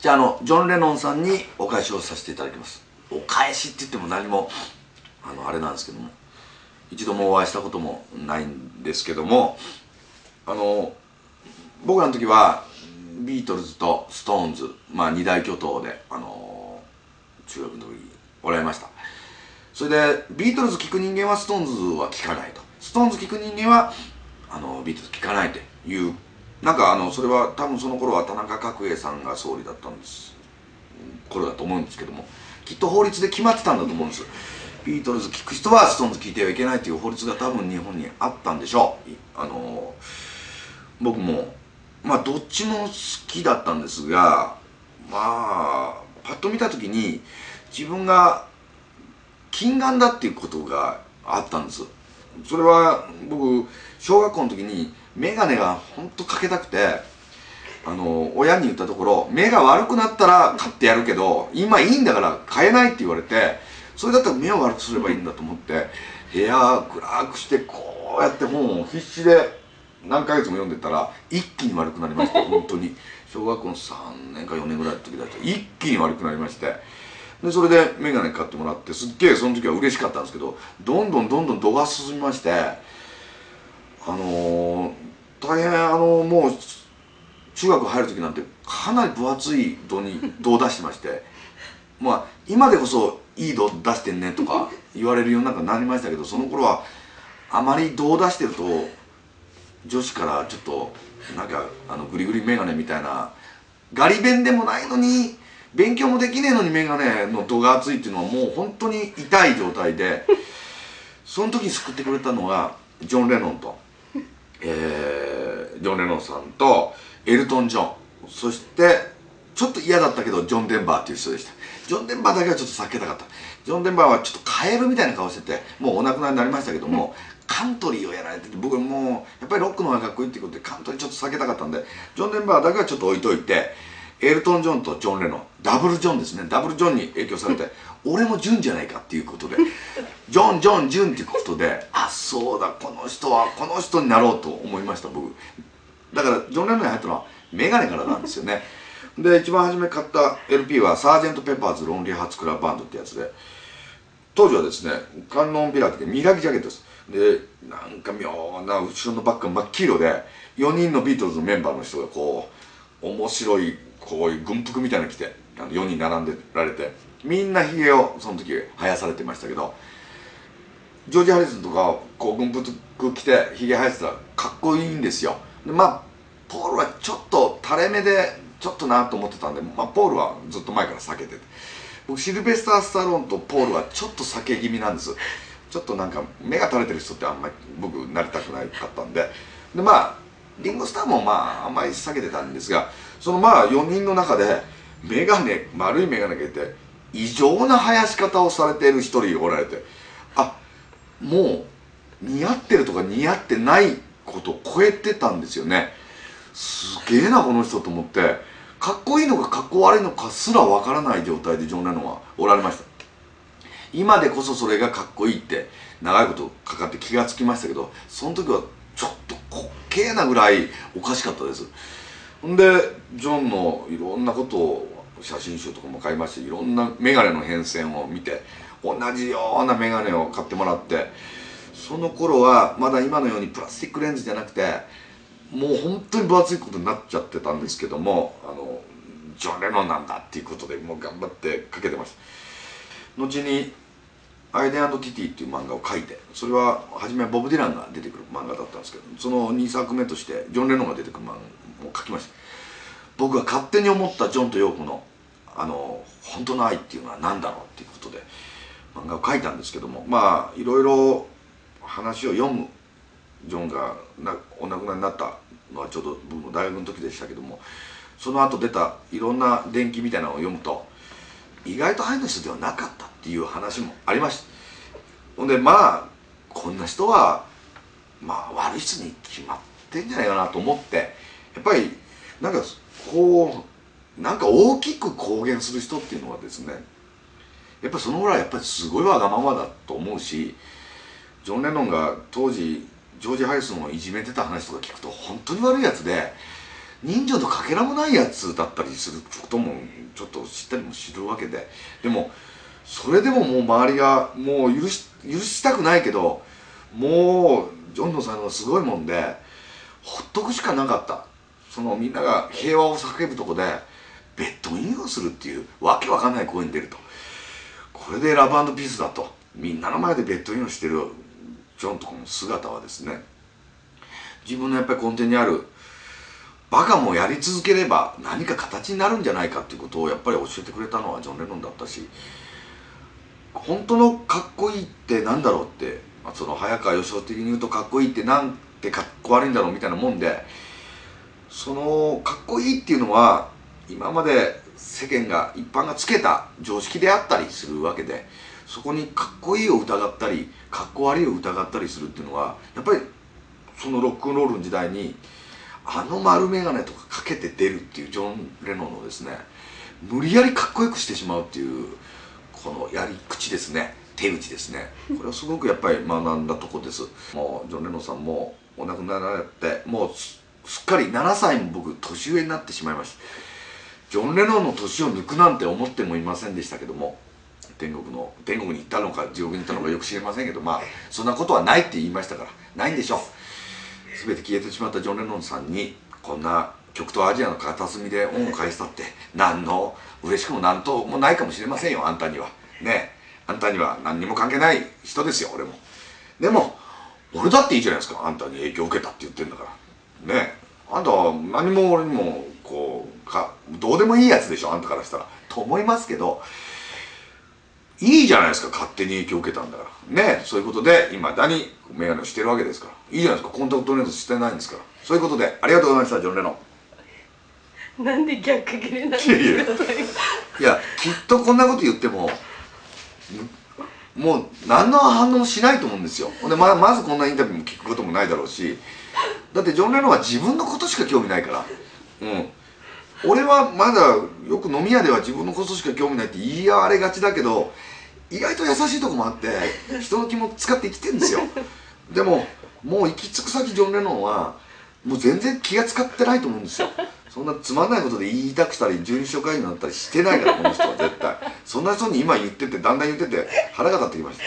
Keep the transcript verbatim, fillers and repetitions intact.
じゃあ、あのジョン・レノンさんにお返しをさせていただきます。お返しって言っても何もあのあれなんですけども、一度もお会いしたこともないんですけども、あの僕らの時はビートルズとストーンズ、まあ二大巨頭であの中学の時におられました。それでビートルズ聴く人間はストーンズは聴かないと、ストーンズ聴く人間はあのビートルズ聴かないという、なんかあのそれは多分その頃は田中角栄さんが総理だったんです頃だと思うんですけども、きっと法律で決まってたんだと思うんです。ビートルズ聴く人はストーンズ聴いてはいけないという法律が多分日本にあったんでしょう。あの僕もまあどっちも好きだったんですが、まあパッと見た時に自分が近眼だっていうことがあったんです。それは僕小学校の時に眼鏡がほんとかけたくて、あの親に言ったところ、目が悪くなったら買ってやるけど今いいんだから買えないって言われて、それだったら目を悪くすればいいんだと思って部屋暗くしてこうやって本を必死で何ヶ月も読んでたら一気に悪くなりまして、本当に小学校のさんねんかよねんぐらいの時だと一気に悪くなりまして、でそれで眼鏡買ってもらって、すっげえその時は嬉しかったんですけど、どんどんどんどん度が進みまして、あのー、大変あのー、もう中学入る時なんてかなり分厚い度に度を出してまして、まあ今でこそいい度出してんねとか言われるようになんかなりましたけど、その頃はあまり度を出してると女子からちょっとなんかあのグリグリ眼鏡みたいな、ガリ勉でもないのに勉強もできねえのに眼鏡の度が厚いっていうのはもう本当に痛い状態で、その時に救ってくれたのがジョン・レノンと、えー、ジョン・レノンさんとエルトン・ジョン、そしてちょっと嫌だったけどジョン・デンバーっていう人でした。ジョン・デンバーだけはちょっと避けたかった。ジョン・デンバーはちょっとカエルみたいな顔してて、もうお亡くなりになりましたけども、カントリーをやられてて、僕もうやっぱりロックの方がかっこいいっていうことでカントリーちょっと避けたかったんで、ジョン・デンバーだけはちょっと置いといて、エルトン・ジョンとジョン・レノン、ダブルジョンですね、ダブルジョンに影響されて俺もジュンじゃないかっていうことでジョン・ジョン・ジュンっていうことで、あ、そうだ、この人はこの人になろうと思いました。僕だからジョン・レノンに入ったのはメガネからなんですよね。で一番初め買った エルピー はサージェント・ペッパーズ・ロンリー・ハーツ・クラブ・バンドってやつで、当時はですね観音開きで見開きジャケットです。でなんか妙な後ろのバッグが真っ黄色で、よにんのビートルズのメンバーの人がこう面白いこういう軍服みたいなの着てあのよにん並んでられて、みんなひげをその時生やされてましたけど、ジョージ・ハリスンとかこう軍服着てひげ生やしてたらかっこいいんですよ。でまあポールはちょっと垂れ目でちょっとなと思ってたんで、まあ、ポールはずっと前から避けてて、僕シルベスター・スタローンとポールはちょっと避け気味なんです。ちょっとなんか目が垂れてる人ってあんまり僕なりたくなかったんで、でまあリンゴスターもまああんまり避けてたんですが、そのまあよにんの中で眼鏡丸い眼鏡がいて異常な生やし方をされている一人おられて、あ、もう似合ってるとか似合ってないことを超えてたんですよね。すげえなこの人と思って、かっこいいのかかっこ悪いのかすらわからない状態でジョン・レノンはおられました。今でこそそれがかっこいいって長いことかかって気がつきましたけど、その時はちょっと滑稽なぐらいおかしかったです。んでジョンのいろんなことを写真集とかも買いまして、いろんなメガネの変遷を見て同じようなメガネを買ってもらって、その頃はまだ今のようにプラスチックレンズじゃなくてもう本当に分厚いことになっちゃってたんですけども、あのジョン・レノンなんだっていうことでもう頑張ってかけてました。後にアイデン&ティティっていう漫画を描いて、それは初めはボブ・ディランが出てくる漫画だったんですけど、そのにさくめとしてジョン・レノンが出てくる漫画を描きました。僕が勝手に思ったジョンとヨーコのあの本当の愛っていうのは何だろうっていうことで漫画を描いたんですけども、まあいろいろ話を読む、ジョンがなお亡くなりになったのはちょうど僕の大学の時でしたけども、その後出たいろんな伝記みたいなのを読むと意外と愛の人ではなかったっていう話もありました。ほんでまあこんな人はまあ悪い人に決まってんじゃないかなと思って、やっぱりなんかこうなんか大きく公言する人っていうのはですね、やっぱりそのぐらいやっぱりすごいわがままだと思うし、ジョン・レノンが当時ジョージ・ハリスンをいじめてた話とか聞くと本当に悪いやつで、 人情のかけらもないやつだったりすることもちょっと知ったりもするわけで、でもそれでももう周りがもう許し許したくないけど、もうジョンの才能がすごいもんでほっとくしかなかった。そのみんなが平和を叫ぶとこでベッドインをするっていうわけわかんない声に出ると、これでラブ&ピースだと、みんなの前でベッドインをしてるジョンとかの姿はですね、自分のやっぱり根底にあるバカもやり続ければ何か形になるんじゃないかっていうことをやっぱり教えてくれたのはジョン・レノンだったし、本当のかっこいいってなんだろうって、その早川義雄的に言うとかっこいいってなんてかっこ悪いんだろうみたいなもんで、そのかっこいいっていうのは今まで世間が一般がつけた常識であったりするわけで、そこにかっこいいを疑ったりかっこ悪いを疑ったりするっていうのはやっぱりそのロックンロールの時代にあの丸眼鏡とかかけて出るっていうジョン・レノンのですね、無理やりかっこよくしてしまうっていうこのやり口ですね、手口ですね、これはすごくやっぱり学んだとこです。もうジョン・レノンさんもお亡くなりになられてもうすっかりななさいも僕年上になってしまいました。ジョン・レノンの年を抜くなんて思ってもいませんでしたけども、天国の天国に行ったのか地獄に行ったのかよく知りませんけど、まあそんなことはないって言いましたからないんでしょう。全て消えてしまったジョン・レノンさんにこんな極東アジアの片隅で恩を返したって何の嬉しくも何ともないかもしれませんよ。あんたにはね、あんたには何にも関係ない人ですよ俺も。でも俺だっていいじゃないですか、あんたに影響を受けたって言ってんだからね。あんたは何も俺にもこうかどうでもいいやつでしょあんたからしたらと思いますけど、いいじゃないですか、勝手に影響を受けたんだからね。そういうことで今だにメガネをしてるわけですから、いいじゃないですか、コンタクトレンズしてないんですから。そういうことでありがとうございました、ジョン・レノン。 なんで逆切れなんですか。 いやいやいや、きっとこんなこと言ってももう何の反応もしないと思うんですよ。で ま, まずこんなインタビューも聞くこともないだろうし、だってジョン・レノンは自分のことしか興味ないから。うん俺はまだよく飲み屋では自分のことしか興味ないって言い合われがちだけど、意外と優しいとこもあって人の気も使って生きてるんですよ。でももう行き着く先ジョン・レノンはもう全然気が使ってないと思うんですよ。そんなつまんないことで言いたくしたり十二所会議になったりしてないからこの人は絶対。そんな人に今言っててだんだん言ってて腹が立ってきました。